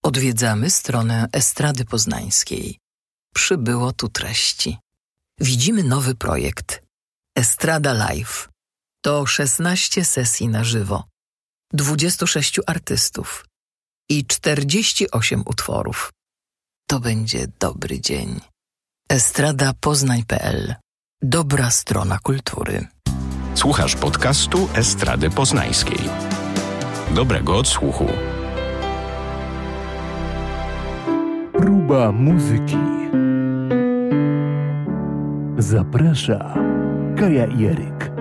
Odwiedzamy stronę Estrady Poznańskiej. Przybyło tu treści. Widzimy nowy projekt. Estrada Live. To 16 sesji na żywo, 26 artystów i 48 utworów. To będzie dobry dzień. estradapoznań.pl. Dobra strona kultury. Słuchasz podcastu Estrady Poznańskiej. Dobrego odsłuchu. Próba muzyki. Zaprasza Kaja i Eryk.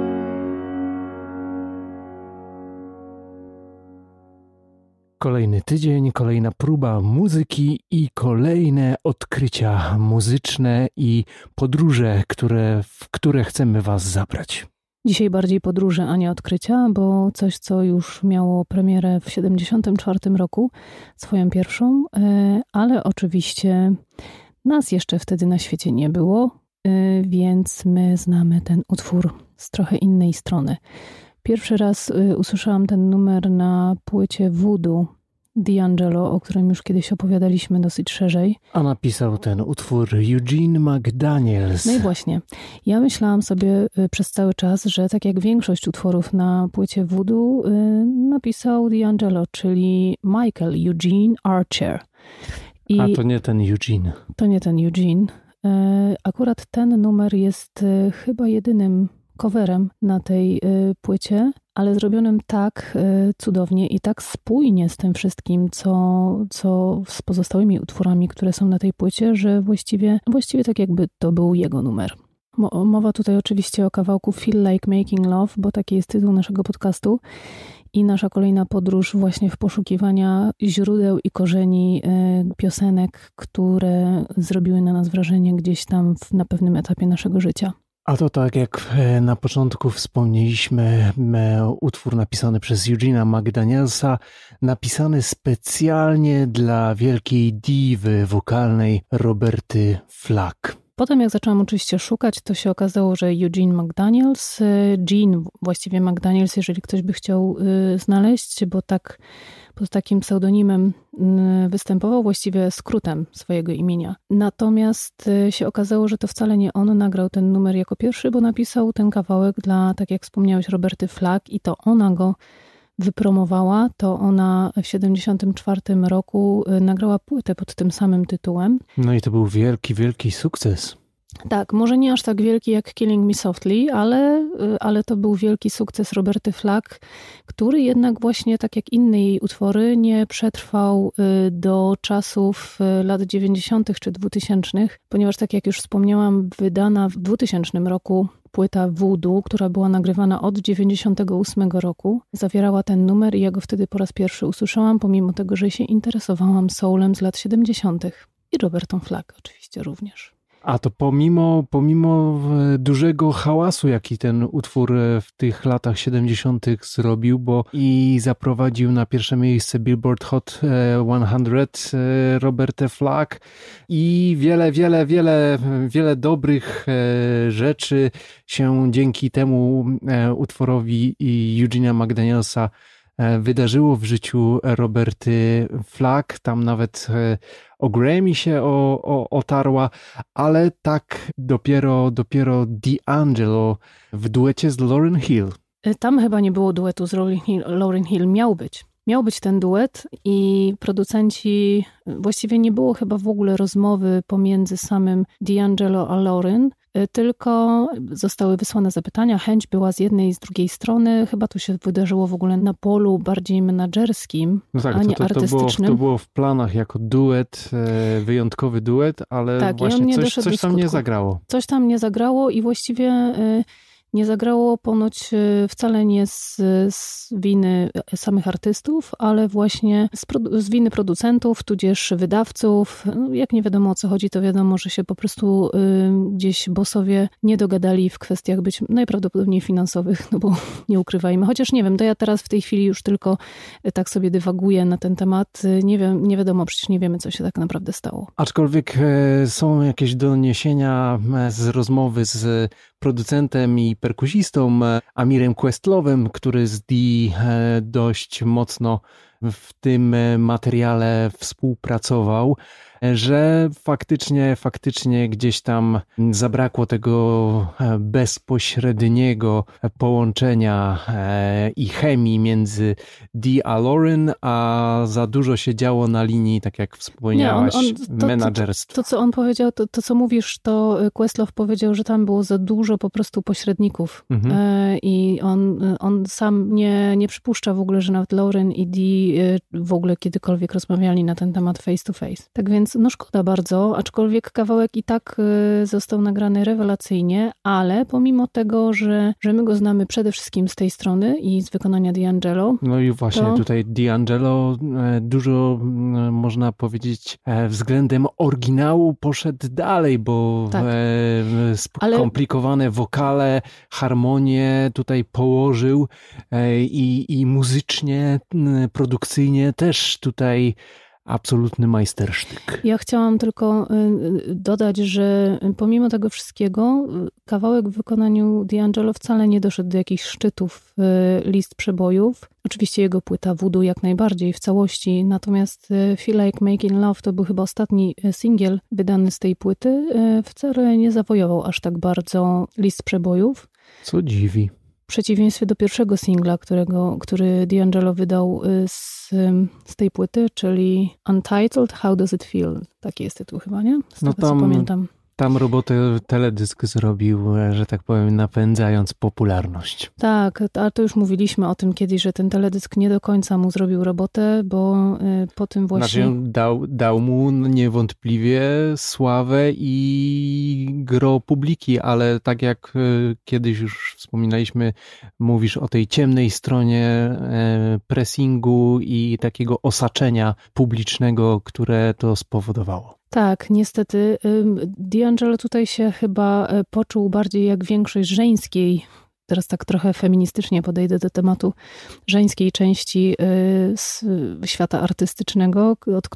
Kolejny tydzień, kolejna próba muzyki i kolejne odkrycia muzyczne i podróże, w które chcemy Was zabrać. Dzisiaj bardziej podróże, a nie odkrycia, bo coś, co już miało premierę w 1974 roku, swoją pierwszą, ale oczywiście nas jeszcze wtedy na świecie nie było, więc my znamy ten utwór z trochę innej strony. Pierwszy raz usłyszałam ten numer na płycie Voodoo D'Angelo, o którym już kiedyś opowiadaliśmy dosyć szerzej. A napisał ten utwór Eugene McDaniels. No i właśnie, ja myślałam sobie przez cały czas, że tak jak większość utworów na płycie Voodoo napisał D'Angelo, czyli Michael Eugene Archer. A to nie ten Eugene. To nie ten Eugene. Akurat ten numer jest chyba jedynym coverem na tej płycie, ale zrobionym tak cudownie i tak spójnie z tym wszystkim, co z pozostałymi utworami, które są na tej płycie, że właściwie tak jakby to był jego numer. Mowa tutaj oczywiście o kawałku Feel Like Making Love, bo taki jest tytuł naszego podcastu i nasza kolejna podróż właśnie w poszukiwania źródeł i korzeni piosenek, które zrobiły na nas wrażenie gdzieś tam na pewnym etapie naszego życia. A to tak jak na początku wspomnieliśmy, utwór napisany przez Eugene'a McDanielsa, napisany specjalnie dla wielkiej diwy wokalnej Roberty Flack. Potem jak zaczęłam oczywiście szukać, to się okazało, że Eugene McDaniels, Gene właściwie McDaniels, jeżeli ktoś by chciał znaleźć, bo tak pod takim pseudonimem występował, właściwie skrótem swojego imienia. Natomiast się okazało, że to wcale nie on nagrał ten numer jako pierwszy, bo napisał ten kawałek dla, tak jak wspomniałeś, Roberty Flack i to ona go wypromowała, to ona w 1974 roku nagrała płytę pod tym samym tytułem. No i to był wielki, wielki sukces. Tak, może nie aż tak wielki jak Killing Me Softly, ale to był wielki sukces Roberty Flack, który jednak właśnie, tak jak inne jej utwory, nie przetrwał do czasów lat 90. czy 2000, ponieważ tak jak już wspomniałam, wydana w 2000 roku płyta Voodoo, która była nagrywana od 98 roku, zawierała ten numer i ja go wtedy po raz pierwszy usłyszałam, pomimo tego, że się interesowałam soulem z lat 70. i Robertą Flack oczywiście również. A to pomimo dużego hałasu, jaki ten utwór w tych latach 70. zrobił, bo i zaprowadził na pierwsze miejsce Billboard Hot 100 Robertę Flack i wiele dobrych rzeczy się dzięki temu utworowi Eugene'a McDanielsa wydarzyło w życiu Roberty Flack. Tam nawet o Grammy się otarła, ale tak dopiero D'Angelo w duecie z Lauryn Hill. Tam chyba nie było duetu z Lauryn Hill. Miał być ten duet i producenci, właściwie nie było chyba w ogóle rozmowy pomiędzy samym D'Angelo a Lauryn, tylko zostały wysłane zapytania, chęć była z jednej i z drugiej strony, chyba to się wydarzyło w ogóle na polu bardziej menadżerskim, no tak, a nie artystycznym. To było w planach jako duet, wyjątkowy duet, ale tak, właśnie coś tam nie zagrało. Coś tam nie zagrało i właściwie nie zagrało ponoć wcale nie z winy samych artystów, ale właśnie z winy producentów, tudzież wydawców. No, jak nie wiadomo o co chodzi, to wiadomo, że się po prostu gdzieś bossowie nie dogadali w kwestiach być najprawdopodobniej finansowych, no bo nie ukrywajmy. Chociaż nie wiem, to ja teraz w tej chwili już tylko tak sobie dywaguję na ten temat. Nie wiadomo, przecież nie wiemy, co się tak naprawdę stało. Aczkolwiek są jakieś doniesienia z rozmowy z producentem i perkusistą Amirem Questlowem, który z Dee dość mocno w tym materiale współpracował, że faktycznie gdzieś tam zabrakło tego bezpośredniego połączenia i chemii między Dee a Lauren, a za dużo się działo na linii, tak jak wspomniałaś, menadżerstwa. To, co on powiedział, to co mówisz, to Questlove powiedział, że tam było za dużo po prostu pośredników. I on sam nie przypuszcza w ogóle, że nawet Lauren i Dee w ogóle kiedykolwiek rozmawiali na ten temat face to face. Tak więc szkoda bardzo, aczkolwiek kawałek i tak został nagrany rewelacyjnie, ale pomimo tego, że my go znamy przede wszystkim z tej strony i z wykonania D'Angelo. No i właśnie tutaj D'Angelo dużo, można powiedzieć, względem oryginału poszedł dalej, bo tak. Skomplikowane wokale, harmonię tutaj położył i muzycznie, produkcyjnie też tutaj absolutny majstersztyk. Ja chciałam tylko dodać, że pomimo tego wszystkiego kawałek w wykonaniu D'Angelo wcale nie doszedł do jakichś szczytów list przebojów. Oczywiście jego płyta Voodoo jak najbardziej w całości, natomiast Feel Like Making Love to był chyba ostatni singiel wydany z tej płyty. Wcale nie zawojował aż tak bardzo list przebojów. Co dziwi. W przeciwieństwie do pierwszego singla, który D'Angelo wydał z tej płyty, czyli Untitled How Does It Feel? Taki jest tytuł chyba, nie? Z tego, co pamiętam. Tam robotę teledysk zrobił, że tak powiem, napędzając popularność. Tak, ale to już mówiliśmy o tym kiedyś, że ten teledysk nie do końca mu zrobił robotę, bo po tym właśnie... Znaczy dał mu niewątpliwie sławę i gro publiki, ale tak jak kiedyś już wspominaliśmy, mówisz o tej ciemnej stronie pressingu i takiego osaczenia publicznego, które to spowodowało. Tak, niestety D'Angelo tutaj się chyba poczuł bardziej jak większość żeńskiej, teraz tak trochę feministycznie podejdę do tematu, żeńskiej części świata artystycznego,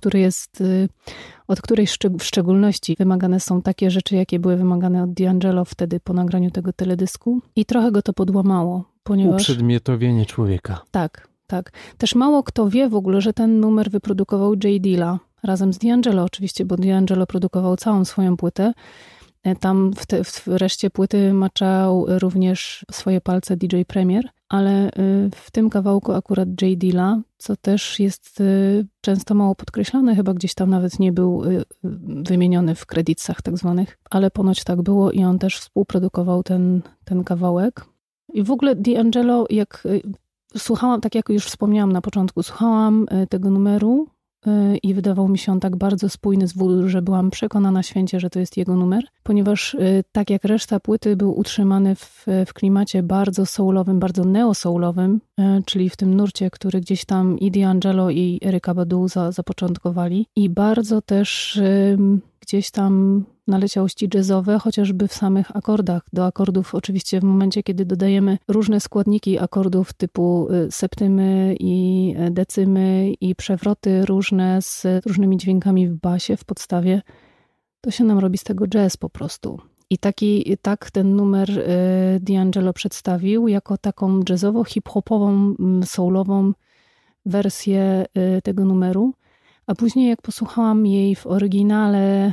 od której w szczególności wymagane są takie rzeczy, jakie były wymagane od D'Angelo wtedy po nagraniu tego teledysku. I trochę go to podłamało, ponieważ... Uprzedmiotowienie człowieka. Tak. Też mało kto wie w ogóle, że ten numer wyprodukował J. Dilla. Razem z D'Angelo oczywiście, bo D'Angelo produkował całą swoją płytę. Tam w reszcie płyty maczał również swoje palce DJ Premier, ale w tym kawałku akurat J. Dilla, co też jest często mało podkreślane, chyba gdzieś tam nawet nie był wymieniony w kredytach tak zwanych, ale ponoć tak było i on też współprodukował ten kawałek. I w ogóle D'Angelo, jak słuchałam, tak jak już wspomniałam na początku, słuchałam tego numeru, i wydawał mi się on tak bardzo spójny z Voodoo, że byłam przekonana święcie, że to jest jego numer, ponieważ tak jak reszta płyty był utrzymany w klimacie bardzo soulowym, bardzo neo-soulowym, czyli w tym nurcie, który gdzieś tam i D'Angelo i Erykah Badu zapoczątkowali i bardzo też gdzieś tam naleciałości jazzowe, chociażby w samych akordach. Do akordów oczywiście w momencie, kiedy dodajemy różne składniki akordów typu septymy i decymy i przewroty różne z różnymi dźwiękami w basie, w podstawie, to się nam robi z tego jazz po prostu. I tak ten numer D'Angelo przedstawił jako taką jazzowo-hip-hopową, soulową wersję tego numeru. A później jak posłuchałam jej w oryginale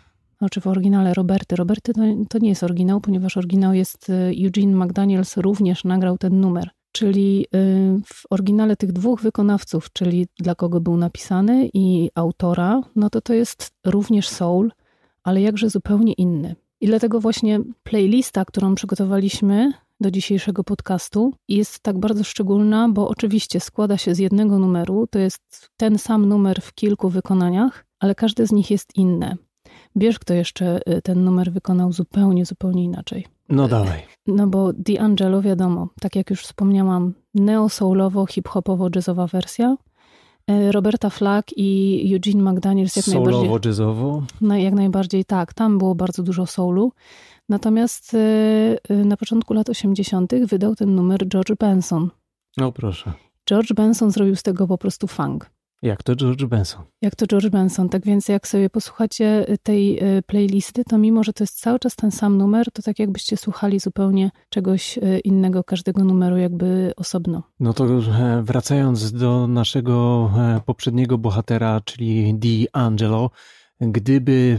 Roberty to nie jest oryginał, ponieważ oryginał jest Eugene McDaniels również nagrał ten numer. Czyli w oryginale tych dwóch wykonawców, czyli dla kogo był napisany i autora, no to jest również soul, ale jakże zupełnie inny. I dlatego właśnie playlista, którą przygotowaliśmy do dzisiejszego podcastu jest tak bardzo szczególna, bo oczywiście składa się z jednego numeru, to jest ten sam numer w kilku wykonaniach, ale każde z nich jest inne. Wiesz, kto jeszcze ten numer wykonał zupełnie inaczej? No dawaj. No bo D'Angelo, wiadomo, tak jak już wspomniałam, neo-soulowo, hip-hopowo, jazzowa wersja. Roberta Flack i Eugene McDaniels jak najbardziej... Soulowo-jazzowo? Jak najbardziej tak, tam było bardzo dużo soulu. Natomiast na początku lat 80. wydał ten numer George Benson. No proszę. George Benson zrobił z tego po prostu funk. Jak to George Benson. Jak to George Benson. Tak więc jak sobie posłuchacie tej playlisty, to mimo, że to jest cały czas ten sam numer, to tak jakbyście słuchali zupełnie czegoś innego, każdego numeru jakby osobno. No to wracając do naszego poprzedniego bohatera, czyli D'Angelo, gdyby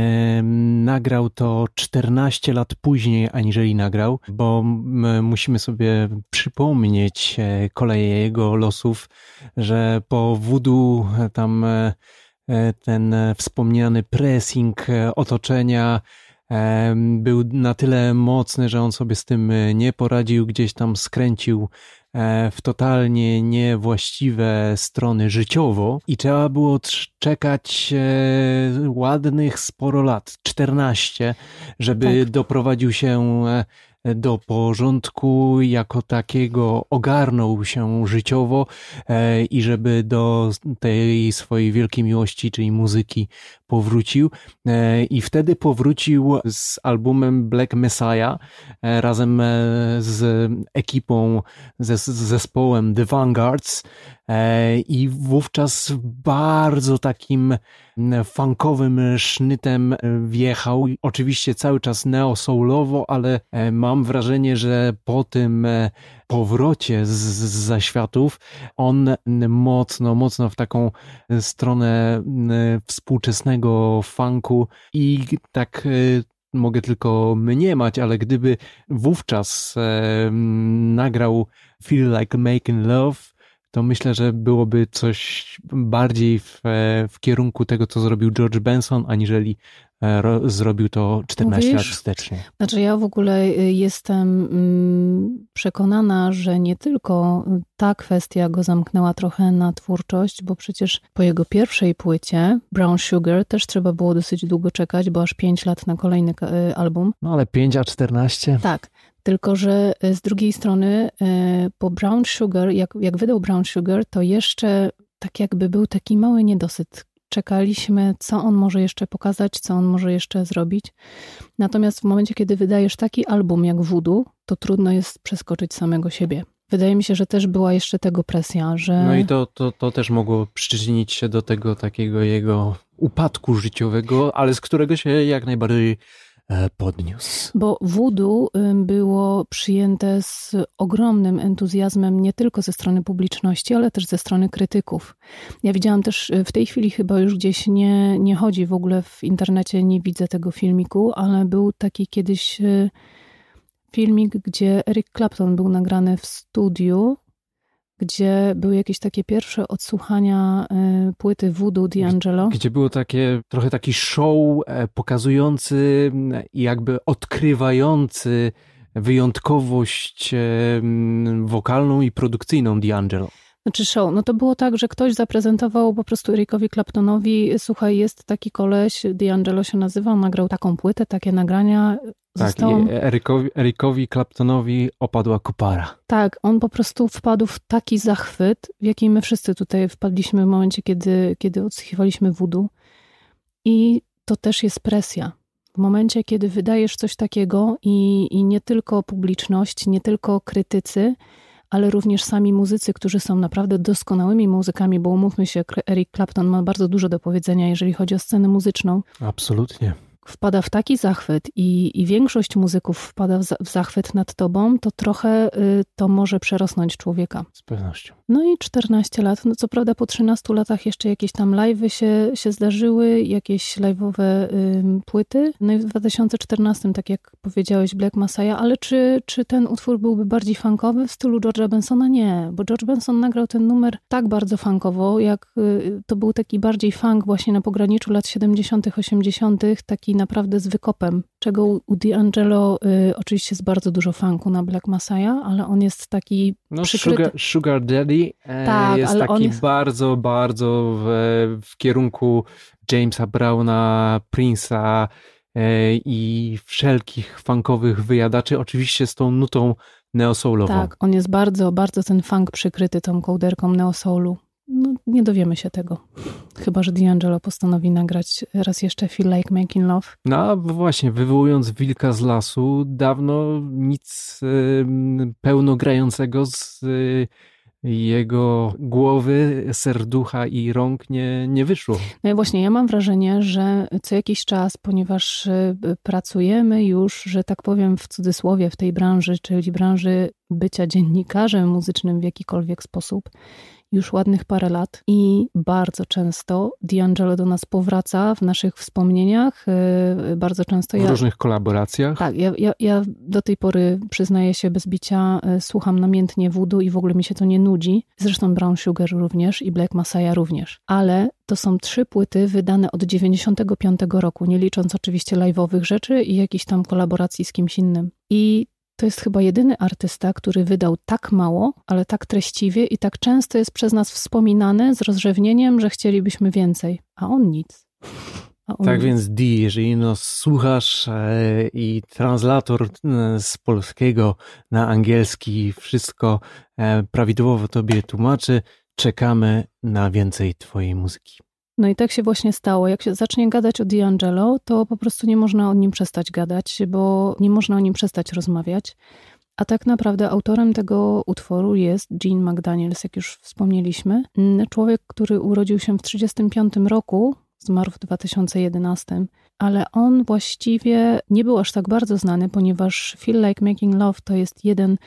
nagrał to 14 lat później, aniżeli nagrał, bo musimy sobie przypomnieć koleje jego losów, że po Voodoo tam ten wspomniany pressing otoczenia był na tyle mocny, że on sobie z tym nie poradził, gdzieś tam skręcił w totalnie niewłaściwe strony życiowo i trzeba było czekać ładnych sporo lat, 14, żeby doprowadził się do porządku jako takiego, ogarnął się życiowo i żeby do tej swojej wielkiej miłości, czyli muzyki, powrócił. I wtedy powrócił z albumem Black Messiah razem z ekipą, z zespołem The Vanguards i wówczas bardzo takim funkowym sznytem wjechał. Oczywiście cały czas neo-soulowo, ale mam wrażenie, że po tym powrocie z zaświatów on mocno w taką stronę współczesnego funku i tak mogę tylko mniemać, ale gdyby wówczas nagrał Feel Like Making Love, to myślę, że byłoby coś bardziej w kierunku tego, co zrobił George Benson, aniżeli zrobił to 14 lat wstecznie. Znaczy ja w ogóle jestem przekonana, że nie tylko ta kwestia go zamknęła trochę na twórczość, bo przecież po jego pierwszej płycie Brown Sugar też trzeba było dosyć długo czekać, bo aż 5 lat na kolejny album. No ale 5 a 14? Tak. Tylko że z drugiej strony po Brown Sugar, jak wydał Brown Sugar, to jeszcze tak jakby był taki mały niedosyt. Czekaliśmy, co on może jeszcze pokazać, co on może jeszcze zrobić. Natomiast w momencie, kiedy wydajesz taki album jak Voodoo, to trudno jest przeskoczyć samego siebie. Wydaje mi się, że też była jeszcze tego presja, że... No i to też mogło przyczynić się do tego takiego jego upadku życiowego, ale z którego się jak najbardziej podniósł. Bo Voodoo było przyjęte z ogromnym entuzjazmem nie tylko ze strony publiczności, ale też ze strony krytyków. Ja widziałam też w tej chwili chyba już gdzieś nie chodzi w ogóle w internecie, nie widzę tego filmiku, ale był taki kiedyś filmik, gdzie Eric Clapton był nagrany w studiu, gdzie były jakieś takie pierwsze odsłuchania płyty Voodoo D'Angelo. Gdzie było trochę taki show pokazujący i jakby odkrywający wyjątkowość wokalną i produkcyjną D'Angelo. Znaczy show, no to było tak, że ktoś zaprezentował po prostu Ericowi Claptonowi, słuchaj, jest taki koleś, D'Angelo się nazywa, on nagrał taką płytę, takie nagrania. Tak, i Ericowi Claptonowi opadła kopara. Tak, on po prostu wpadł w taki zachwyt, w jaki my wszyscy tutaj wpadliśmy w momencie, kiedy odsłuchiwaliśmy Voodoo. I to też jest presja. W momencie, kiedy wydajesz coś takiego i nie tylko publiczność, nie tylko krytycy, ale również sami muzycy, którzy są naprawdę doskonałymi muzykami, bo umówmy się, Eric Clapton ma bardzo dużo do powiedzenia, jeżeli chodzi o scenę muzyczną. Absolutnie. Wpada w taki zachwyt i większość muzyków wpada w zachwyt nad tobą, to trochę to może przerosnąć człowieka. Z pewnością. No i 14 lat, no co prawda po 13 latach jeszcze jakieś tam live'y się zdarzyły, jakieś live'owe płyty. No i w 2014, tak jak powiedziałeś, Black Messiah, ale czy ten utwór byłby bardziej funkowy w stylu George'a Bensona? Nie, bo George Benson nagrał ten numer tak bardzo funkowo, jak to był taki bardziej funk właśnie na pograniczu lat 70., 80., taki naprawdę z wykopem, czego u D'Angelo oczywiście jest bardzo dużo funku na Black Messiah, ale on jest taki przykryty. Sugar Daddy tak, jest taki bardzo, bardzo w kierunku Jamesa Browna, Prince'a i wszelkich funkowych wyjadaczy, oczywiście z tą nutą neo-soulową. Tak, on jest bardzo, bardzo ten funk przykryty tą kołderką neo-soulu. No, nie dowiemy się tego. Chyba że D'Angelo postanowi nagrać raz jeszcze Feel Like Making Love. No właśnie, wywołując wilka z lasu, dawno nic pełnogrającego z jego głowy, serducha i rąk nie wyszło. No i właśnie, ja mam wrażenie, że co jakiś czas, ponieważ pracujemy już, że tak powiem w cudzysłowie, w tej branży, czyli branży bycia dziennikarzem muzycznym w jakikolwiek sposób, już ładnych parę lat i bardzo często D'Angelo do nas powraca w naszych wspomnieniach. Bardzo często w różnych kolaboracjach. Tak, ja do tej pory, przyznaję się bez bicia, słucham namiętnie Voodoo i w ogóle mi się to nie nudzi. Zresztą Brown Sugar również i Black Messiah również. Ale to są 3 płyty wydane od 95 roku, nie licząc oczywiście live'owych rzeczy i jakichś tam kolaboracji z kimś innym. I to jest chyba jedyny artysta, który wydał tak mało, ale tak treściwie i tak często jest przez nas wspominany z rozrzewnieniem, że chcielibyśmy więcej. A on nic. Tak więc D, jeżeli nas słuchasz i translator z polskiego na angielski wszystko prawidłowo tobie tłumaczy, czekamy na więcej twojej muzyki. No i tak się właśnie stało. Jak się zacznie gadać o D'Angelo, to po prostu nie można o nim przestać gadać, bo nie można o nim przestać rozmawiać. A tak naprawdę autorem tego utworu jest Gene McDaniels, jak już wspomnieliśmy. Człowiek, który urodził się w 1935 roku, zmarł w 2011, ale on właściwie nie był aż tak bardzo znany, ponieważ Feel Like Making Love to jest jeden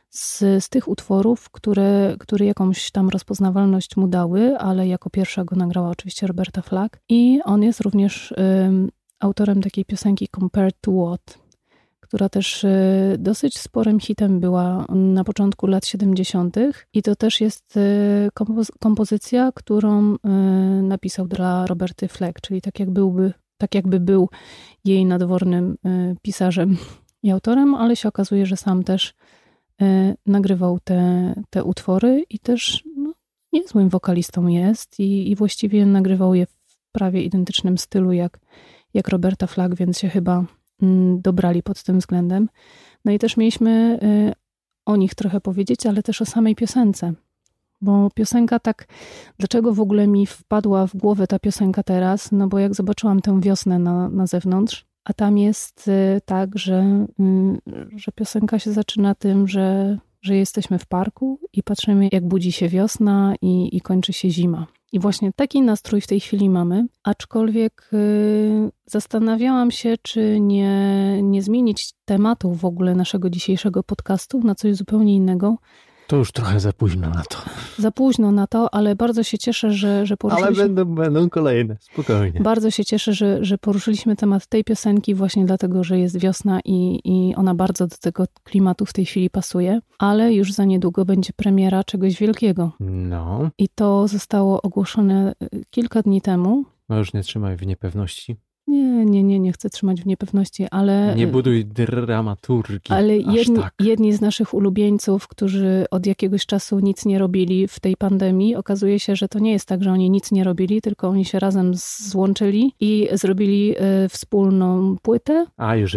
z tych utworów, które jakąś tam rozpoznawalność mu dały, ale jako pierwsza go nagrała oczywiście Roberta Flack. I on jest również autorem takiej piosenki Compared to What, która też dosyć sporym hitem była na początku lat 70. I to też jest kompozycja, którą napisał dla Roberty Flack, czyli tak jakby był jej nadwornym pisarzem i autorem, ale się okazuje, że sam też nagrywał te utwory i też niezłym wokalistą jest i właściwie nagrywał je w prawie identycznym stylu jak Roberta Flack, więc się chyba dobrali pod tym względem. No i też mieliśmy o nich trochę powiedzieć, ale też o samej piosence. Bo piosenka tak, dlaczego w ogóle mi wpadła w głowę ta piosenka teraz? No bo jak zobaczyłam tę wiosnę na zewnątrz, a tam jest tak, że piosenka się zaczyna tym, że jesteśmy w parku i patrzymy, jak budzi się wiosna i kończy się zima. I właśnie taki nastrój w tej chwili mamy, aczkolwiek zastanawiałam się, czy nie zmienić tematu w ogóle naszego dzisiejszego podcastu na coś zupełnie innego. To już trochę za późno na to. Za późno na to, ale bardzo się cieszę, że poruszyliśmy... Ale będą kolejne, spokojnie. Bardzo się cieszę, że poruszyliśmy temat tej piosenki właśnie dlatego, że jest wiosna i ona bardzo do tego klimatu w tej chwili pasuje, ale już za niedługo będzie premiera czegoś wielkiego. No. I to zostało ogłoszone kilka dni temu. No już nie trzymaj w niepewności. Nie chcę trzymać w niepewności, ale... Nie buduj dramaturgii. Ale tak. jedni z naszych ulubieńców, którzy od jakiegoś czasu nic nie robili w tej pandemii, okazuje się, że to nie jest tak, że oni nic nie robili, tylko oni się razem złączyli i zrobili wspólną płytę. A, już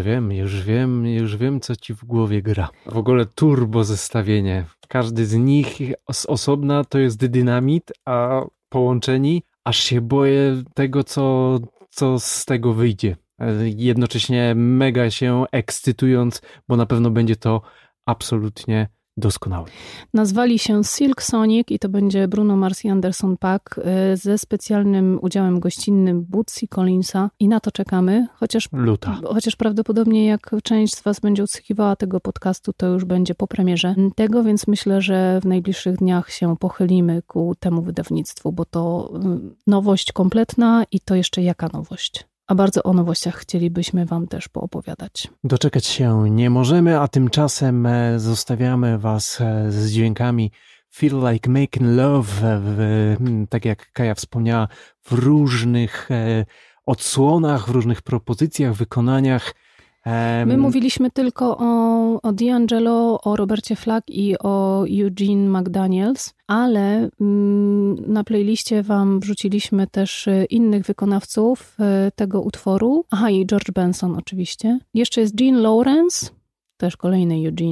wiem, co ci w głowie gra. W ogóle turbo zestawienie. Każdy z nich z osobna to jest dynamit, a połączeni aż się boję tego, co z tego wyjdzie. Jednocześnie mega się ekscytując, bo na pewno będzie to absolutnie doskonałe. Nazwali się Silk Sonic i to będzie Bruno Mars i Anderson .Paak ze specjalnym udziałem gościnnym Bootsy Collinsa i na to czekamy, chociaż prawdopodobnie jak część z was będzie odsłuchiwała tego podcastu, to już będzie po premierze tego, więc myślę, że w najbliższych dniach się pochylimy ku temu wydawnictwu, bo to nowość kompletna i to jeszcze jaka nowość. A bardzo o nowościach chcielibyśmy wam też poopowiadać. Doczekać się nie możemy, a tymczasem zostawiamy was z dźwiękami Feel Like Making Love, tak jak Kaja wspomniała, w różnych odsłonach, w różnych propozycjach, wykonaniach. My mówiliśmy tylko o D'Angelo, o Robercie Flack i o Eugene McDaniels, ale na playliście wam wrzuciliśmy też innych wykonawców tego utworu. Aha, i George Benson oczywiście. Jeszcze jest Gene Lawrence, też kolejny Eugene.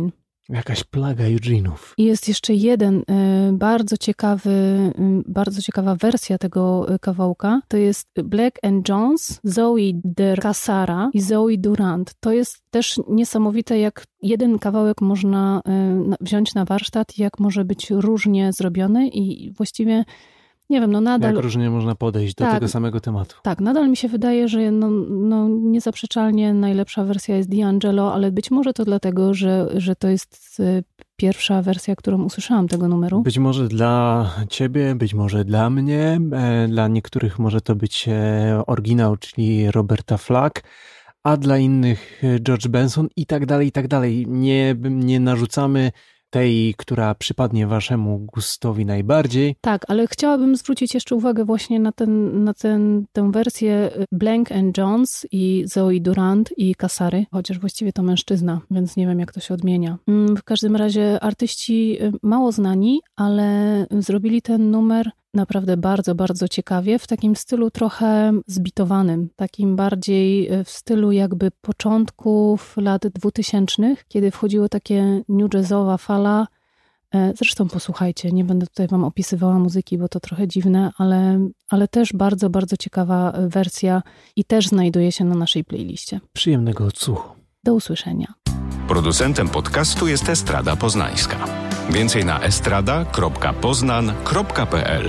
Jakaś plaga Eugene'ów. I jest jeszcze jeden bardzo ciekawa wersja tego kawałka. To jest Black & Jones, Zoe de Cassara i Zoe Durant. To jest też niesamowite, jak jeden kawałek można wziąć na warsztat, jak może być różnie zrobiony i właściwie nie wiem, nadal... Jak różnie można podejść do tego samego tematu. Tak, nadal mi się wydaje, że niezaprzeczalnie najlepsza wersja jest D'Angelo, ale być może to dlatego, że to jest pierwsza wersja, którą usłyszałam tego numeru. Być może dla ciebie, być może dla mnie, dla niektórych może to być oryginał, czyli Roberta Flack, a dla innych George Benson i tak dalej, i tak dalej. Nie narzucamy tej, która przypadnie waszemu gustowi najbardziej. Tak, ale chciałabym zwrócić jeszcze uwagę właśnie na tę wersję Blank & Jones i Zoe Durant i Cassary, chociaż właściwie to mężczyzna, więc nie wiem, jak to się odmienia. W każdym razie artyści mało znani, ale zrobili ten numer naprawdę bardzo, bardzo ciekawie, w takim stylu trochę zbitowanym, takim bardziej w stylu jakby początków lat 2000, kiedy wchodziło takie new jazzowa fala. Zresztą posłuchajcie, nie będę tutaj wam opisywała muzyki, bo to trochę dziwne, ale też bardzo, bardzo ciekawa wersja i też znajduje się na naszej playliście. Przyjemnego odsłuchu. Do usłyszenia. Producentem podcastu jest Estrada Poznańska. Więcej na estrada.poznan.pl.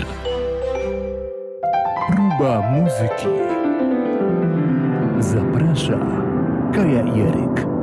Próba muzyki. Zaprasza Kaja i Eryk.